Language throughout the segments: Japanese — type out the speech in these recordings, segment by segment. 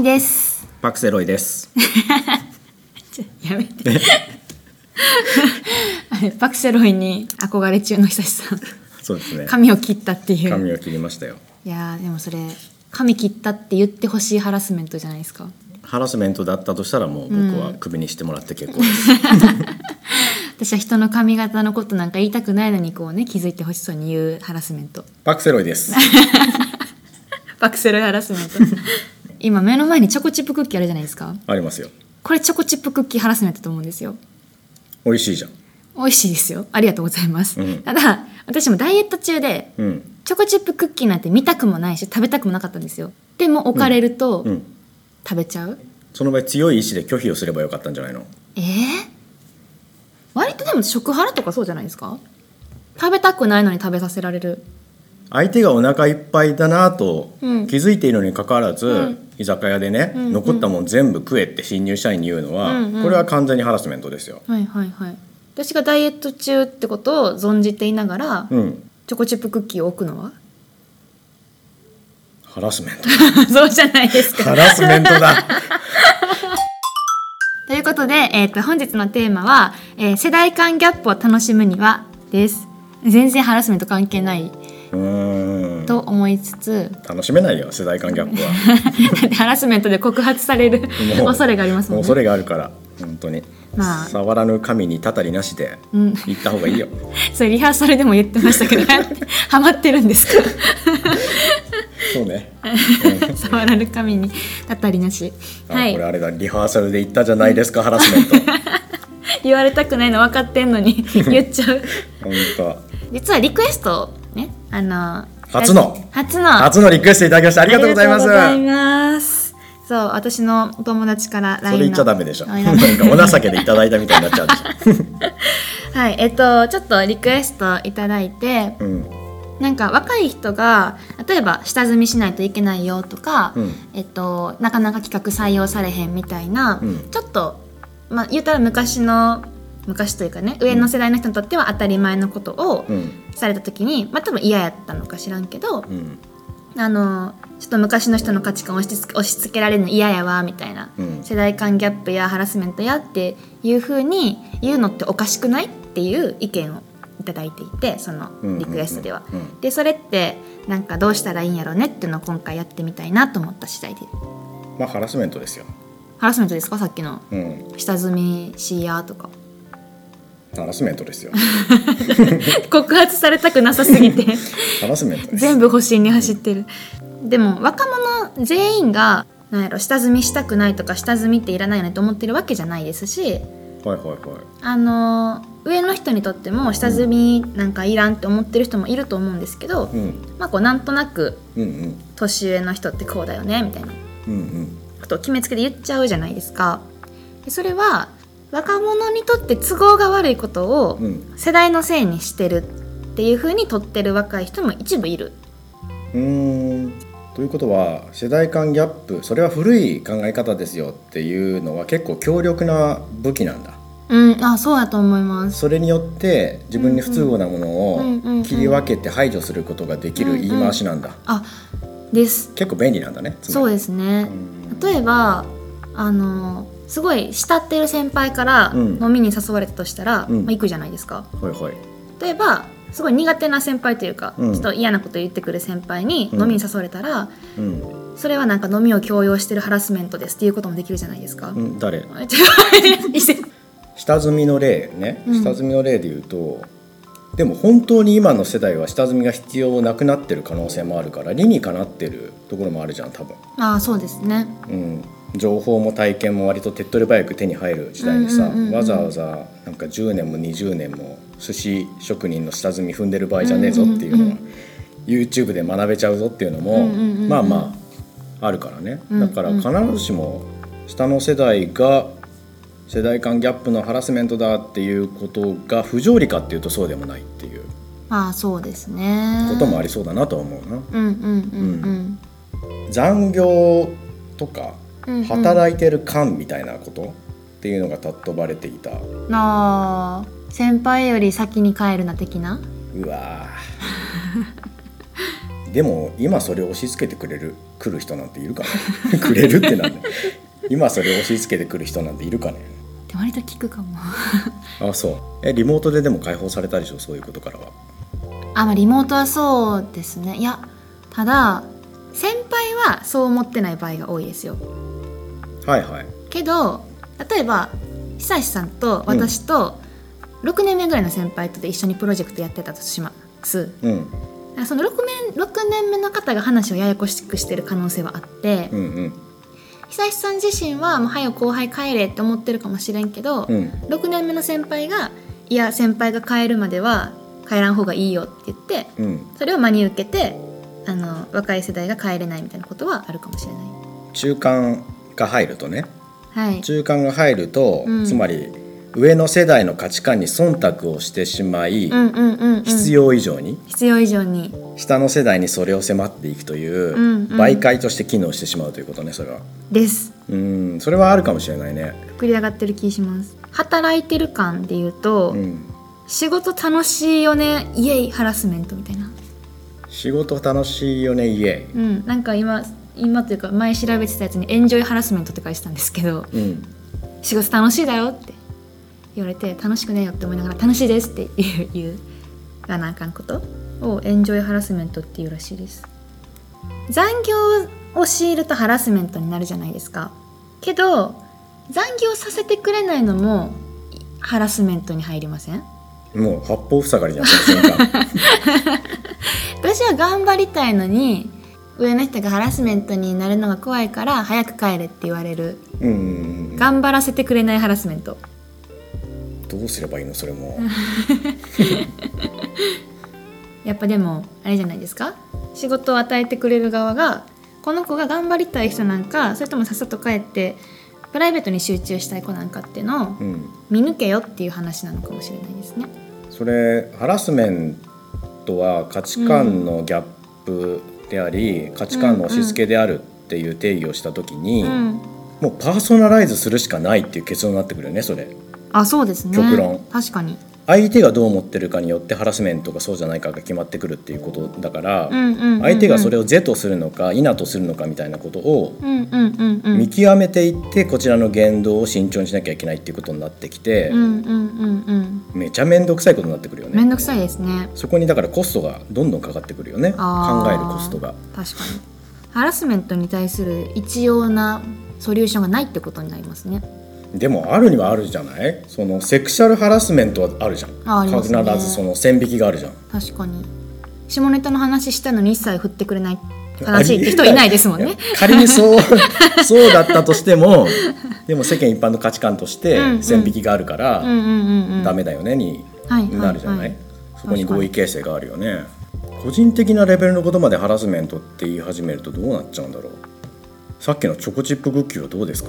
神です。 パクセロイです。 やめてパクセロイに憧れ中の久志さん。 そうですね。 髪を切ったっていう。 髪を切りましたよ。いやでもそれ髪切ったって言ってほしいハラスメントじゃないですか。 ハラスメントだったとしたらもう僕はクビにしてもらって結構です、 私は人の髪型のことなんか言いたくないのにこうね気づいてほしそうに言うハラスメント。 パクセロイですパクセロイハラスメント今目の前にチョコチップクッキーあるじゃないですか。 ありますよ。 これチョコチップクッキーハラスメントと思うんですよ。 美味しいじゃん。 美味しいですよ。ありがとうございます、ただ私もダイエット中で、チョコチップクッキーなんて見たくもないし食べたくもなかったんですよ。でも置かれると、食べちゃう。 その場合強い意志で拒否をすればよかったんじゃないの。 割とでも食ハラとかそうじゃないですか。食べたくないのに食べさせられる。 相手がお腹いっぱいだなと気づいているのにかかわらず、居酒屋でね、残ったもん全部食えって新入社員に言うのは、これは完全にハラスメントですよ。 私がダイエット中ってことを存じていながら、チョコチップクッキーを置くのはハラスメントそうじゃないですか。 ハラスメントだということで、本日のテーマは、世代間ギャップを楽しむにはです。全然ハラスメント関係ないと思いつつ、 楽しめないよ世代間ギャップはハラスメントで告発される恐れがありますもんね。 恐れがあるから本当に、触らぬ神にたたりなしで言った方がいいよ、 それリハーサルでも言ってましたけどハマってるんですかそうね、 触らぬ神にたたりなし、 これあれだ、リハーサルで言ったじゃないですか、ハラスメント言われたくないの分かってんのに言っちゃう本当。 実はリクエストね、 初のリクエストいただきました。ありがとうございます。 ありがとうございます。そう、私のお友達から LINE の、それ言っちゃダメでしょなんかお情けでいただいたみたいになっちゃうでしょはい、ちょっとリクエストいただいて、なんか若い人が例えば下積みしないといけないよとか、なかなか企画採用されへんみたいな、ちょっと言うたら昔というかね、上の世代の人にとっては当たり前のことをされた時に、多分嫌やったのか知らんけど、ちょっと昔の人の価値観を押し付けられるの嫌やわみたいな、世代間ギャップやハラスメントやっていう風に言うのっておかしくないっていう意見をいただいていて、そのリクエストでは、でそれってなんかどうしたらいいんやろうねっていうのを今回やってみたいなと思った次第で。 ハラスメントですよ。 ハラスメントですか、さっきの、下積みしやとか。 ハラスメントですよ告発されたくなさすぎてハラスメントです。 全部保身に走ってる、でも若者全員がなんやろ、下積みしたくないとか下積みっていらないよねと思ってるわけじゃないですし、上の人にとっても下積みなんかいらんって思ってる人もいると思うんですけど、こうなんとなく年上の人ってこうだよねみたいなことを決めつけて言っちゃうじゃないですか。でそれは若者にとって都合が悪いことを世代のせいにしてるっていう風に取ってる若い人も一部いる。 ということは世代間ギャップ、それは古い考え方ですよっていうのは結構強力な武器なんだ。 そうだと思います。 それによって自分に不都合なものを切り分けて排除することができる言い回しなんだ。 です。 結構便利なんだね。 そうですね。例えばすごい慕っている先輩から飲みに誘われたとしたら、行くじゃないですか。例えばすごい苦手な先輩というか、ちょっと嫌なこと言ってくる先輩に飲みに誘われたら、それはなんか飲みを強要してるハラスメントですっていうこともできるじゃないですか。 誰下積みの例ね、下積みの例で言うと、でも本当に今の世代は下積みが必要なくなってる可能性もあるから、理にかなってるところもあるじゃん多分。 そうですね。 情報も体験も割と手っ取り早く手に入る時代にさ、わざわざなんか10年も20年も寿司職人の下積み踏んでる場合じゃねえぞっていうのは YouTube で学べちゃうぞっていうのもあるからね。だから必ずしも下の世代が世代間ギャップのハラスメントだっていうことが不条理かっていうとそうでもないっていうそうですね、 こともありそうだなとは思うな。残業とか働いてる感みたいなことっていうのが尊ばれていた。先輩より先に帰るな的な。 うわでも今それを押し付けて来る人なんているかねくれるってなんだ今それを押し付けてくる人なんているかね。 で割と聞くかもあ、そうリモートででも解放されたでしょ、そういうことからは。 まあリモートはそうですね。いやただ先輩はそう思ってない場合が多いですよ。 はいはい。 けど例えば久志さんと私と6年目ぐらいの先輩とで一緒にプロジェクトやってたとします、うん、その6年目の方が話をややこしくしてる可能性はあって、うんうん、久志さん自身はもう早く後輩帰れって思ってるかもしれんけど、うん、6年目の先輩がいや先輩が帰るまでは帰らん方がいいよって言って、うん、それを真に受けて若い世代が帰れないみたいなことはあるかもしれない。 中間が入るとね、 はい、 中間が入ると、うん、つまり上の世代の価値観に忖度をしてしまい、必要以上に下の世代にそれを迫っていくという、媒介として機能してしまうということね、それは。 です。 それはあるかもしれないね。 膨れ上がってる気します。働いてる感でいうと、仕事楽しいよねイエイハラスメントみたいな。 仕事楽しいよねイエイ、 なんか今というか前調べてたやつにエンジョイハラスメントって書いてたんですけど、仕事楽しいだよって言われて楽しくねえよって思いながら楽しいですって言うがなあかんことをエンジョイハラスメントっていうらしいです。残業を強いるとハラスメントになるじゃないですか。けど残業させてくれないのもハラスメントに入りません？ もう八方塞がりじゃんその瞬間私は頑張りたいのに上の人がハラスメントになるのが怖いから早く帰れって言われる、頑張らせてくれないハラスメント。 どうすればいいのそれもやっぱでもあれじゃないですか、仕事を与えてくれる側がこの子が頑張りたい人なんか、それともさっさと帰ってプライベートに集中したい子なんかっていうのを見抜けよっていう話なのかもしれないですね。 それハラスメントは価値観のギャップであり、価値観の押し付けであるっていう定義をしたときに、もうパーソナライズするしかないっていう結論になってくるよね、それ。 あ、そうですね。 極論。 確かに。 相手がどう思ってるかによってハラスメントがそうじゃないかが決まってくるっていうことだから、相手がそれを是とするのか否とするのかみたいなことを見極めていってこちらの言動を慎重にしなきゃいけないっていうことになってきて、めちゃめんどくさいことになってくるよね。 めんどくさいですね。 そこにだからコストがどんどんかかってくるよね。考えるコストが。 確かにハラスメントに対する一様なソリューションがないってことになりますね。 でもあるにはあるじゃない。そのセクシャルハラスメントはあるじゃん。 ありますね。 必ずその線引きがあるじゃん。 確かに下ネタの話したのに一切振ってくれない話って人いないですもんね。 仮にそうだったとしてもでも世間一般の価値観として線引きがあるからダメだよねになるじゃない。そこに合意形成があるよね。個人的なレベルのことまでハラスメントって言い始めるとどうなっちゃうんだろう。さっきのチョコチップクッキーはどうですか？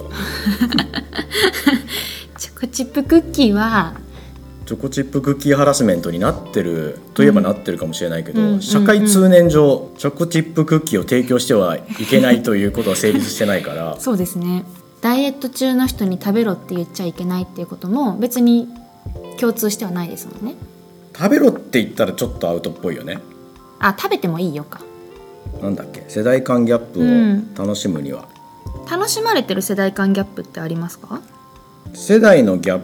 チョコチップクッキーはチョコチップクッキーハラスメントになってるといえばなってるかもしれないけど、社会通念上チョコチップクッキーを提供してはいけないということは成立してないからそうですね。ダイエット中の人に食べろって言っちゃいけないっていうことも別に共通してはないですもんね。 食べろって言ったらちょっとアウトっぽいよね。 あ、食べてもいいよか。なんだっけ、世代間ギャップを楽しむには、 楽しまれてる世代間ギャップってありますか？ 世代のギャッ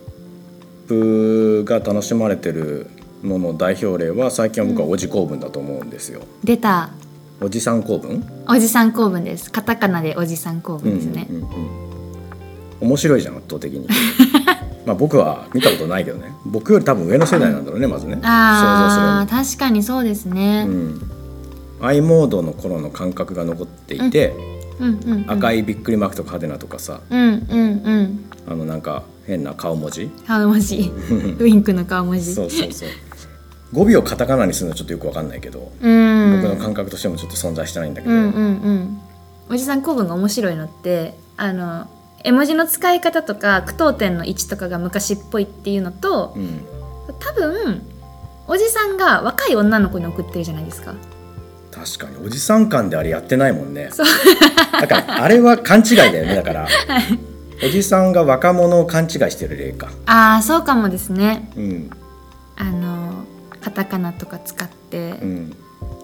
プが楽しまれてるのの代表例は最近は僕はおじ公文だと思うんですよ。 出た。 おじさん公文？ おじさん公文です。カタカナでおじさん公文ですね。 面白いじゃん圧倒的に。まあ僕は見たことないけどね。僕より多分上の世代なんだろうね、まずね。 ああ、確かにそうですね。 i モードの頃の感覚が残っていて、赤いびっくりマークとか派手なとかさ、なんか変な顔文字ウインクの顔文字そう語尾をカタカナにするのはちょっとよく分かんないけど、僕の感覚としてもちょっと存在してないんだけど、 おじさん構文が面白いのって絵文字の使い方とか句読点の位置とかが昔っぽいっていうのと、多分おじさんが若い女の子に送ってるじゃないですか。 確かにおじさん感であれやってないもんね。だからあれは勘違いだよね。だから、おじさんが若者を勘違いしてる例か。 ああ、そうかもですね。カタカナとか使って、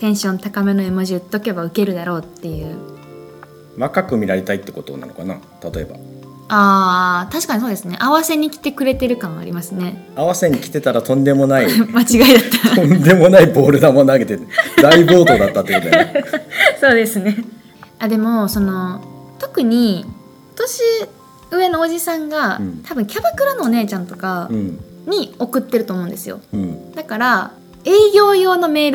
テンション高めの絵文字打っとけばウケるだろうっていう。 若く見られたいってことなのかな、例えば。 確かにそうですね。合わせに来てくれてる感はありますね。 合わせに来てたらとんでもない間違いだったとんでもないボール球投げて大暴投だったってことだよねそうですね。でも特に年上のおじさんが、多分キャバクラのお姉ちゃんとかに送ってると思うんですよ、だから営業用のメールって、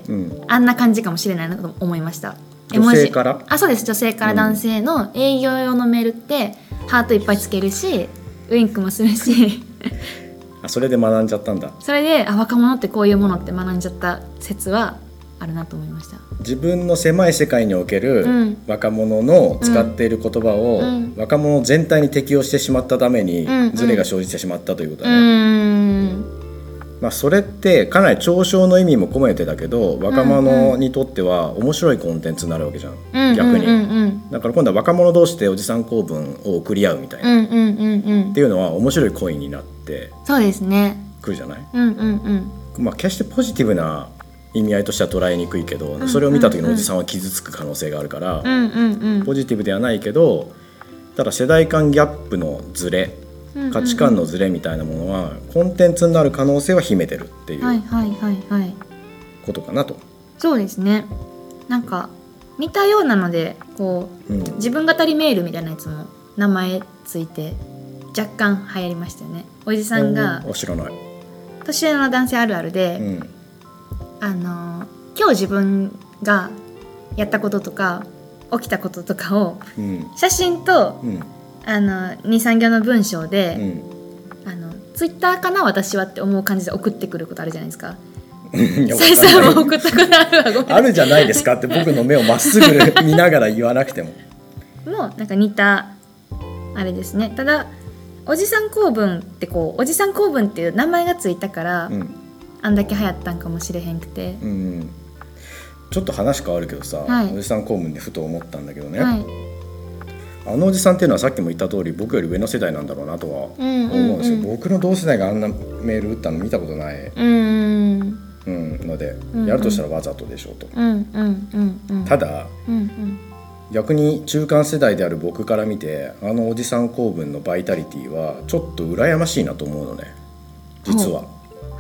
あんな感じかもしれないなと思いました。 女性から？ そうです。女性から男性の営業用のメールってハートいっぱいつけるしウインクもするしそれで学んじゃったんだ。 それで若者ってこういうものって学んじゃった説はあるなと思いました。 自分の狭い世界における若者の使っている言葉を若者全体に適用してしまったためにズレが生じてしまったということだね。それってかなり嘲笑の意味も込めてだけど、若者にとっては面白いコンテンツになるわけじゃん、逆に。だから今度は若者同士でおじさん構文を送り合うみたいな、っていうのは面白い行為になってそうですねくるじゃない。決してポジティブな意味合いとしては捉えにくいけど、それを見た時のおじさんは傷つく可能性があるから、ポジティブではないけど、ただ世代間ギャップのズレ、価値観のズレみたいなものはコンテンツになる可能性は秘めてるっていうことかなと。 そうですね。なんか似たようなので自分語りメールみたいなやつも名前ついて若干流行りましたよね。おじさんが知らない。 年上の男性あるあるで、今日自分がやったこととか起きたこととかを写真と、2、3行の文章で、ツイッターかな私はって思う感じで送ってくることあるじゃないですか。再三も送ったことあるわ。ごめんなさい。 あるじゃないですかって僕の目をまっすぐ見ながら言わなくてももうなんか似たあれですね。ただおじさん構文っておじさん構文っていう名前がついたから、あんだけ流行ったんかもしれへんくて、 ちょっと話変わるけどさ、おじさん構文でふと思ったんだけどね、あのおじさんっていうのはさっきも言った通り僕より上の世代なんだろうなとは思うんですよ。僕の同世代があんなメール打ったの見たことないので、やるとしたらわざとでしょうと。ただ、逆に中間世代である僕から見てあのおじさん構文のバイタリティはちょっと羨ましいなと思うのね、実は。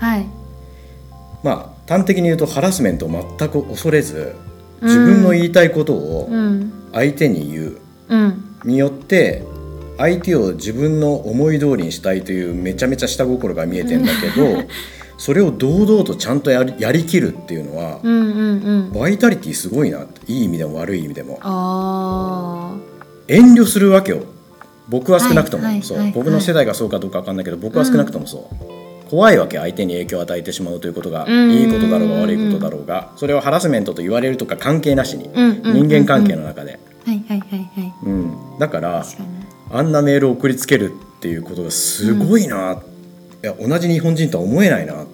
端的に言うとハラスメントを全く恐れず自分の言いたいことを相手に言う、によって相手を自分の思い通りにしたいというめちゃめちゃ下心が見えてんだけどそれを堂々とちゃんとやりきるっていうのは、バイタリティすごいなって、いい意味でも悪い意味でも。遠慮するわけよ、僕は少なくとも。僕の世代がそうかどうか分かんないけど僕は少なくともそう、怖いわけ、相手に影響を与えてしまうということが、いいことだろうが悪いことだろうが、それをハラスメントと言われるとか関係なしに、人間関係の中で。だからあんなメールを送りつけるっていうことがすごいな、いや同じ日本人とは思えないなっていう。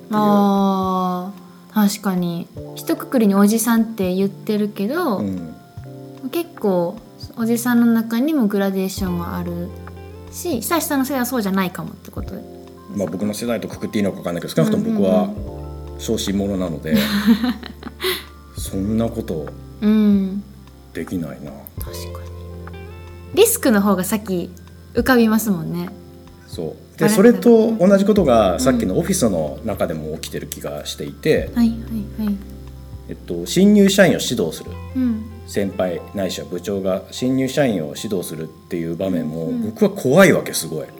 確かに一括りにおじさんって言ってるけど、結構おじさんの中にもグラデーションがあるし、久志さんの世代はそうじゃないかもってこと。 僕の世代とくくっていいのか分かんないけど、少なくとも僕は小心者なのでそんなことできないな。 確かにリスクの方が先浮かびますもんね。 そうで、それと同じことがさっきのオフィスの中でも起きてる気がしていて、新入社員を指導する、先輩ないしは部長が新入社員を指導するっていう場面も僕は怖いわけ、すごい。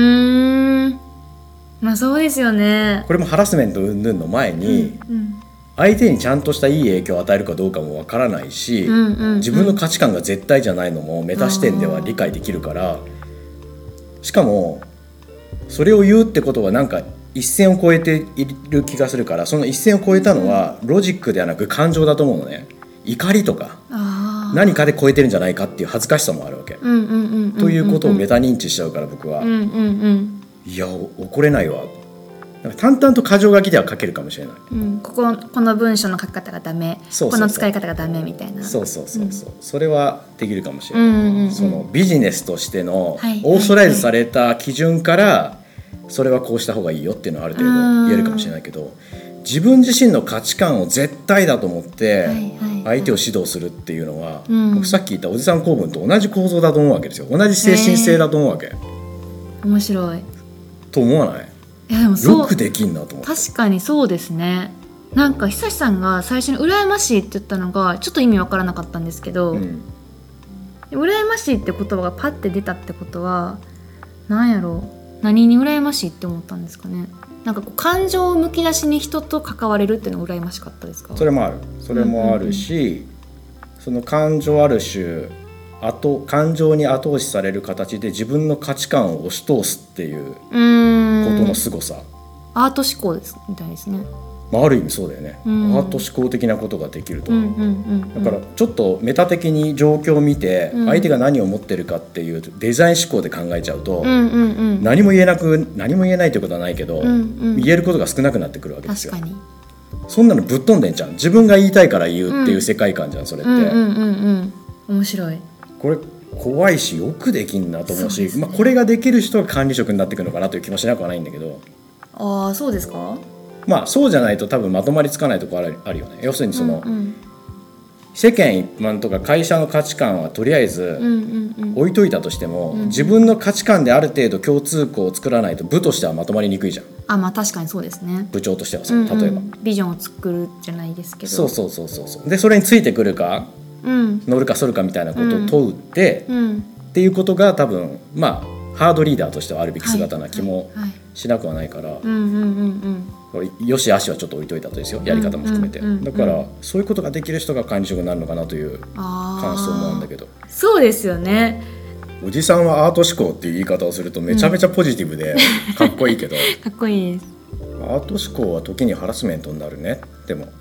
そうですよね。 これもハラスメント云々の前に、相手にちゃんとしたいい影響を与えるかどうかもわからないし、自分の価値観が絶対じゃないのもメタ視点では理解できるから、しかもそれを言うってことはなんか一線を越えている気がするから、その一線を越えたのはロジックではなく感情だと思うのね。怒りとか何かで超えてるんじゃないかっていう恥ずかしさもあるわけ。ということをメタ認知しちゃうから僕は、いや怒れないわ。淡々と箇条書きでは書けるかもしれない、 この文章の書き方がダメ、この使い方がダメみたいな。 それはできるかもしれない、そのビジネスとしてのオーソライズされた基準からそれはこうした方がいいよっていうのはある程度言えるかもしれないけど、 自分自身の価値観を絶対だと思ってはいはいはい相手を指導するっていうのは、 うん僕さっき言ったおじさん構文と同じ構造だと思うわけですよ。同じ精神性だと思うわけ、 面白い。 と思わない？ いやでもそうよくできんなと思って。 確かにそうですね。なんか久志さんが最初に羨ましいって言ったのがちょっと意味わからなかったんですけど、羨ましいって言葉がパッて出たってことは何やろう、何に羨ましいって思ったんですかね。なんかこう感情をむき出しに人と関われるっていうのが羨ましかったですか？ それもある。それもあるし、その感情ある種感情に後押しされる形で自分の価値観を押し通すっていうことの凄さ、 アート思考ですみたいですね。 ある意味そうだよね、アート思考的なことができると、だからちょっとメタ的に状況を見て相手が何を持ってるかっていうデザイン思考で考えちゃうと、何も言えないということはないけど、言えることが少なくなってくるわけですよ。 確かにそんなのぶっ飛んでんじゃん。自分が言いたいから言うっていう世界観じゃん、それって。 面白い。 これ怖いしよくできんなと思うし、これができる人が管理職になってくるのかなという気もしなくはないんだけど。 ああ、そうですか。 そうじゃないと多分まとまりつかないところあるよね。要するにその、世間一般とか会社の価値観はとりあえず置いといたとしても、自分の価値観である程度共通項を作らないと部としてはまとまりにくいじゃん。 確かにそうですね。 部長としてはさ、例えばビジョンを作るじゃないですけど、 そうでそれについてくるか、乗るか反るかみたいなことを問うってっていうことが多分ハードリーダーとしてはあるべき姿な気もしなくはないから、よし悪しはちょっと置いといたとですよ、やり方も含めて。だからそういうことができる人が管理職になるのかなという感想もあるんだけど。 そうですよね。 おじさんはアート思考っていう言い方をするとめちゃめちゃポジティブでかっこいいけど、 かっこいいです。 アート思考は時にハラスメントになるね。でも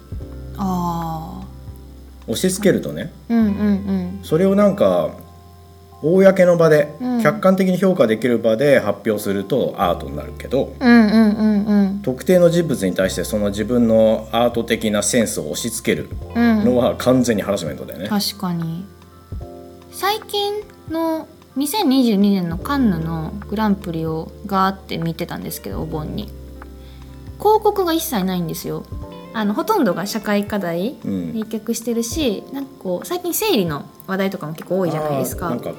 押し付けるとね、それをなんか公の場で客観的に評価できる場で発表するとアートになるけど、特定の人物に対してその自分のアート的なセンスを押し付けるのは完全にハラスメントだよね。 確かに最近の2022年のカンヌのグランプリをガーって見てたんですけど、お盆に広告が一切ないんですよ。ほとんどが社会課題に一脚してるし、なんかこう最近生理の話題とかも結構多いじゃないですか。 なんか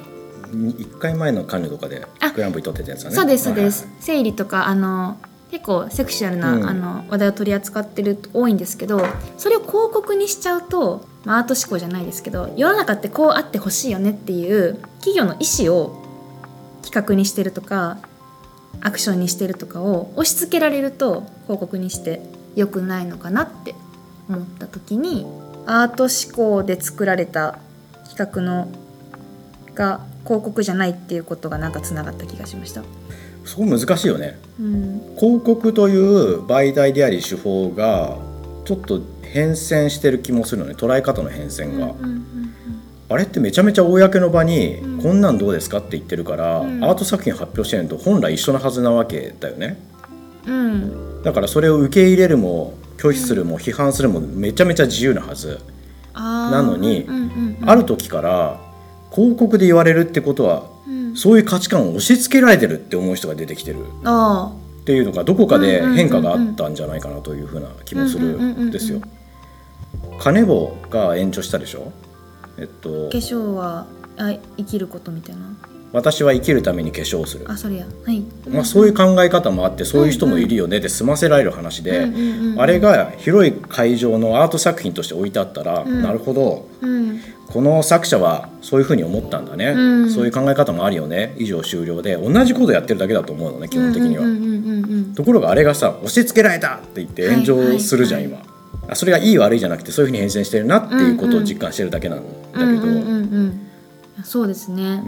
1回前のカンヌとかでグランプリ取ってたやつだね。 そうですそうです、生理とか結構セクシュアルな、話題を取り扱ってる多いんですけど、それを広告にしちゃうと、アート思考じゃないですけど、世の中ってこうあってほしいよねっていう企業の意思を企画にしてるとかアクションにしてるとかを押し付けられると広告にして良くないのかなって思った時に、アート思考で作られた企画のが広告じゃないっていうことがなんかつながった気がしました。 すごい難しいよね、広告という媒体であり手法がちょっと変遷してる気もするのね。捉え方の変遷が、あれってめちゃめちゃ公の場に、こんなんどうですかって言ってるから、アート作品発表してるのと本来一緒なはずなわけだよね、だからそれを受け入れるも拒否するも批判するもめちゃめちゃ自由なはずなのに、ある時から広告で言われるってことは、そういう価値観を押し付けられてるって思う人が出てきてるっていうのがどこかで変化があったんじゃないかなというふうな気もするんですよ。カネボが延長したでしょ。化粧は生きることみたいな。 私は生きるために化粧をする。 それや、はい。 そういう考え方もあって、そういう人もいるよねで済ませられる話で、あれが広い会場のアート作品として置いてあったら、なるほど、この作者はそういうふうに思ったんだね、そういう考え方もあるよね、以上終了で同じことやってるだけだと思うのね、基本的には。ところがあれがさ、押し付けられたって言って炎上するじゃん、今。それがいい悪いじゃなくて、そういうふうに変遷してるなっていうことを実感してるだけなんだけど、 そうですね、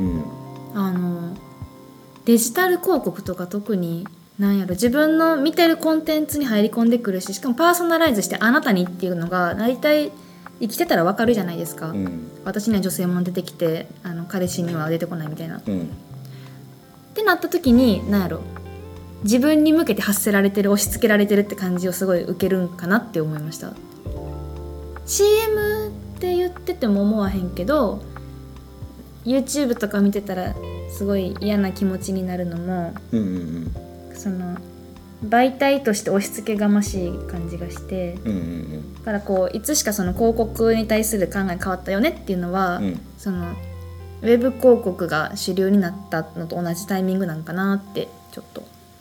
デジタル広告とか特に自分の見てるコンテンツに入り込んでくるし、しかもパーソナライズしてあなたにっていうのが大体生きてたら分かるじゃないですか、私には女性も出てきて彼氏には出てこないみたいな、ってなった時に自分に向けて発せられてる、押し付けられてるって感じをすごい受けるんかなって思いました。 CM って言ってても思わへんけど YouTube とか見てたらすごい嫌な気持ちになるのも、その媒体として押し付けがましい感じがして、だからこういつしかその広告に対する考え変わったよねっていうのは、そのウェブ広告が主流になったのと同じタイミングなんかなってちょっと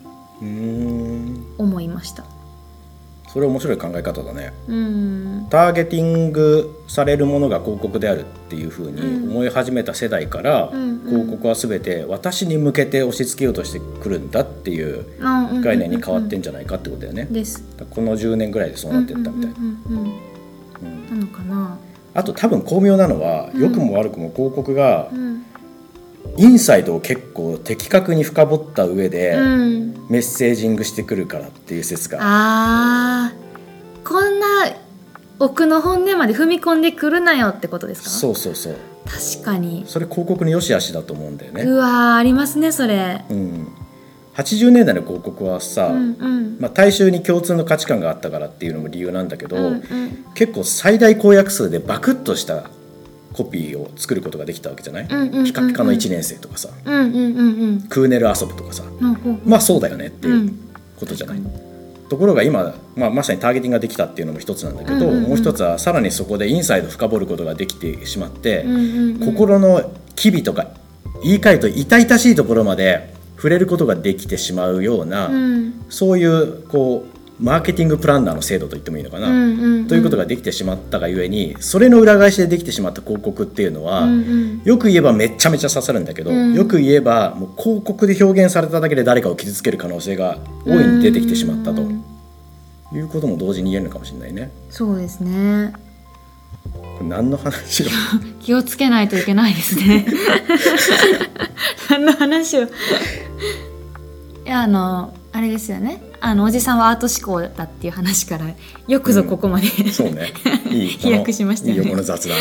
思いました。 それ面白い考え方だね。ターゲティングされるものが広告であるっていう風に思い始めた世代から、広告は全て私に向けて押し付けようとしてくるんだっていう概念に変わってんじゃないかってことだよね。この10年ぐらいでそうなってったみたいなのかな。 あと多分巧妙なのは、良くも悪くも広告がインサイドを結構的確に深掘った上でメッセージングしてくるからっていう説が、 こんな奥の本音まで踏み込んでくるなよってことですか？ そうそうそう。 確かにそれ広告の良し悪しだと思うんだよね。 うわー、ありますねそれ。 80年代の広告はさ、大衆に共通の価値観があったからっていうのも理由なんだけど、結構最大公約数でバクッとしたコピーを作ることができたわけじゃない？ピカピカの1年生とかさ、クーネル遊ぶとかさ、まあそうだよねっていうことじゃない？ところが今、まさにターゲティングができたっていうのも一つなんだけど、もう一つはさらにそこでインサイド深掘ることができてしまって、心の機微とか言い換えると痛々しいところまで触れることができてしまうような、そういうこうマーケティングプランナーの制度と言ってもいいのかな、ということができてしまったがゆえに、それの裏返しでできてしまった広告っていうのは、よく言えばめちゃめちゃ刺さるんだけど、よく言えばもう広告で表現されただけで誰かを傷つける可能性が大いに出てきてしまったということも同時に言えるのかもしれないね。 そうですね。 これ何の話を気をつけないといけないですね何の話をいやあれですよね、おじさんはアート思考だっていう話からよくぞここまで、 そうね、いい飛躍しましたよね。 いいよこの雑談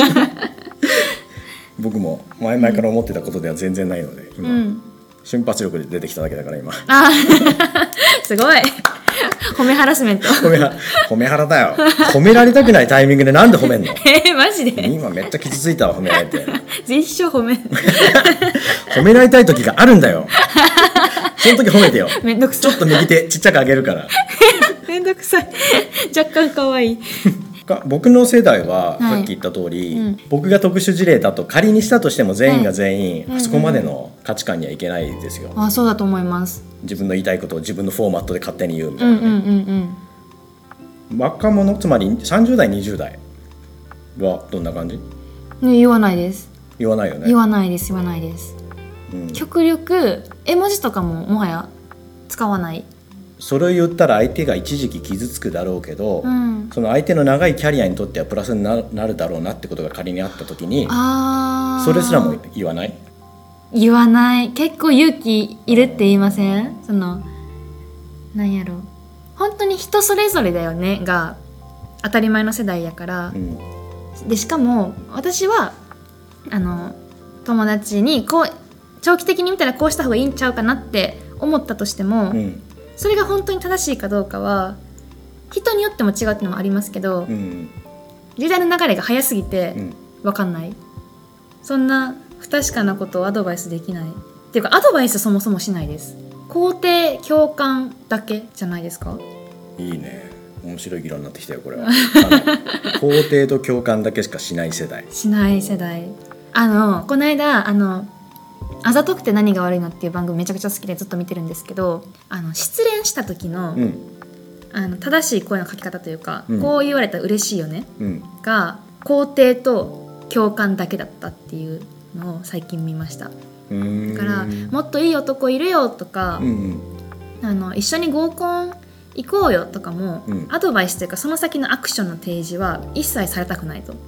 僕も前々から思ってたことでは全然ないので、今、瞬発力で出てきただけだから今すごい褒めハラスメント褒めハラだよ。褒められたくないタイミングでなんで褒めんのマジで今めっちゃ傷ついたわ、褒められてぜひ一生褒められたい時があるんだよその時褒めてよ。 めんどくさい。 ちょっと右手ちっちゃく上げるからめんどくさい若干かわいい僕の世代はさっき言った通り、僕が特殊事例だと仮にしたとしても全員が全員、そこまでの価値観にはいけないですよ。 そうだと思います。 自分の言いたいことを自分のフォーマットで勝手に言うみたいなね。若者、つまり30代20代はどんな感じ？ 言わないです。 言わないよね。 言わないです。極力絵文字とかももはや使わない。 それを言ったら相手が一時期傷つくだろうけど、その相手の長いキャリアにとってはプラスになるだろうなってことが仮にあった時に、それすらも言わない？ 言わない。結構勇気いるって言いません？なんやろ、本当に人それぞれだよねが当たり前の世代やから、でしかも私は友達にこう長期的に見たらこうした方がいいんちゃうかなって思ったとしても、それが本当に正しいかどうかは人によっても違うっていうのもありますけど、時代の流れが早すぎて分かんない、そんな不確かなことをアドバイスできないっていうか、アドバイスそもそもしないです。肯定共感だけじゃないですか。 いいね、面白い議論になってきたよこれは肯定と共感だけしかしない世代。 しない世代。この間あざとくて何が悪いのっていう番組めちゃくちゃ好きでずっと見てるんですけど、失恋した時の、正しい声の書き方というか、こう言われたら嬉しいよね、が肯定と共感だけだったっていうのを最近見ました。だからもっといい男いるよとか、一緒に合コン行こうよとかも、アドバイスというかその先のアクションの提示は一切されたくないと。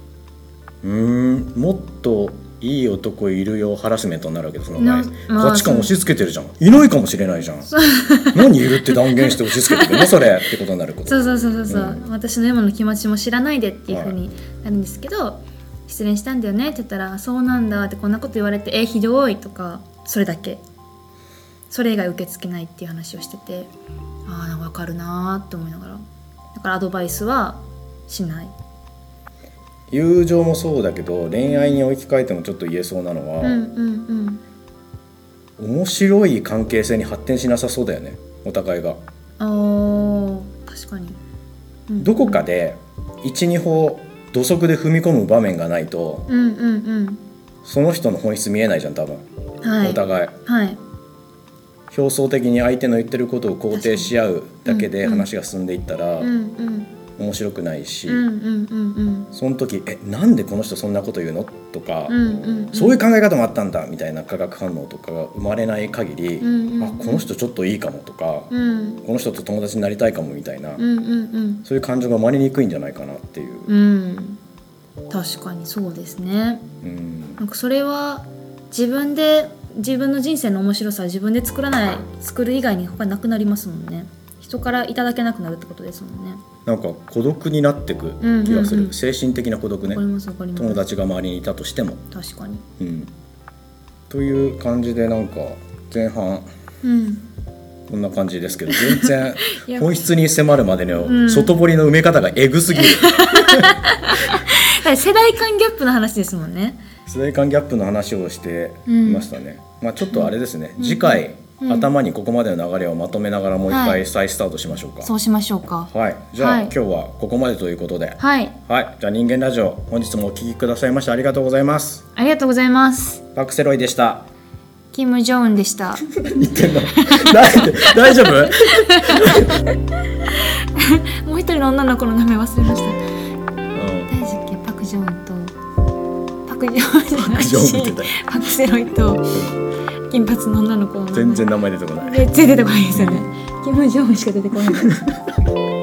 もっといい男いるよハラスメントになるわけです。その前価値観押し付けてるじゃん。いないかもしれないじゃん何いるって断言して押し付けてるのそれってことになること。そう、 私の今の気持ちも知らないでっていう風になるんですけど、失恋したんだよねって言ったら、そうなんだってこんなこと言われてひどいとか、それだけ、それ以外受け付けないっていう話をしてて、なんか分かるなって思いながら、だからアドバイスはしない。 友情もそうだけど恋愛に置き換えてもちょっと言えそうなのは、面白い関係性に発展しなさそうだよね。 お互いが。 確かに、 どこかで 1,2 歩土足で踏み込む場面がないと、その人の本質見えないじゃん多分、お互い、表層的に相手の言ってることを肯定し合うだけで話が進んでいったら面白くないし、その時なんでこの人そんなこと言うのとか、そういう考え方もあったんだみたいな化学反応とかが生まれない限り、この人ちょっといいかもとか、この人と友達になりたいかもみたいな、そういう感情が生まれにくいんじゃないかなっていう、 確かにそうですね、なんかそれは自分の人生の面白さは自分で作る以外に他になくなりますもんね。人からいただけなくなるってことですもんね。 なんか孤独になってく気がする、精神的な孤独ね。友達が周りにいたとしても。 確かに、 という感じで、なんか前半、こんな感じですけど、全然本質に迫るまでの外堀の埋め方がエグすぎる世代間ギャップの話ですもんね。 世代間ギャップの話をしていましたね、ちょっとあれですね、次回頭にここまでの流れをまとめながらもう一回再スタートしましょうか。 そうしましょうか。 じゃあ、今日はここまでということで、じゃあ人間ラジオ本日もお聞きくださいましてありがとうございます。 ありがとうございます。 パクセロイでした。 キム・ジョンでした。 何言ってんの大丈夫もう一人の女の子の名前忘れました。誰だっけ？パク・ジョンとパク・ジョンじゃないしパクセロイと金髪の女の子の名前全然名前出てこない。 全然出てこないですよね。キム・ジョンしか出てこない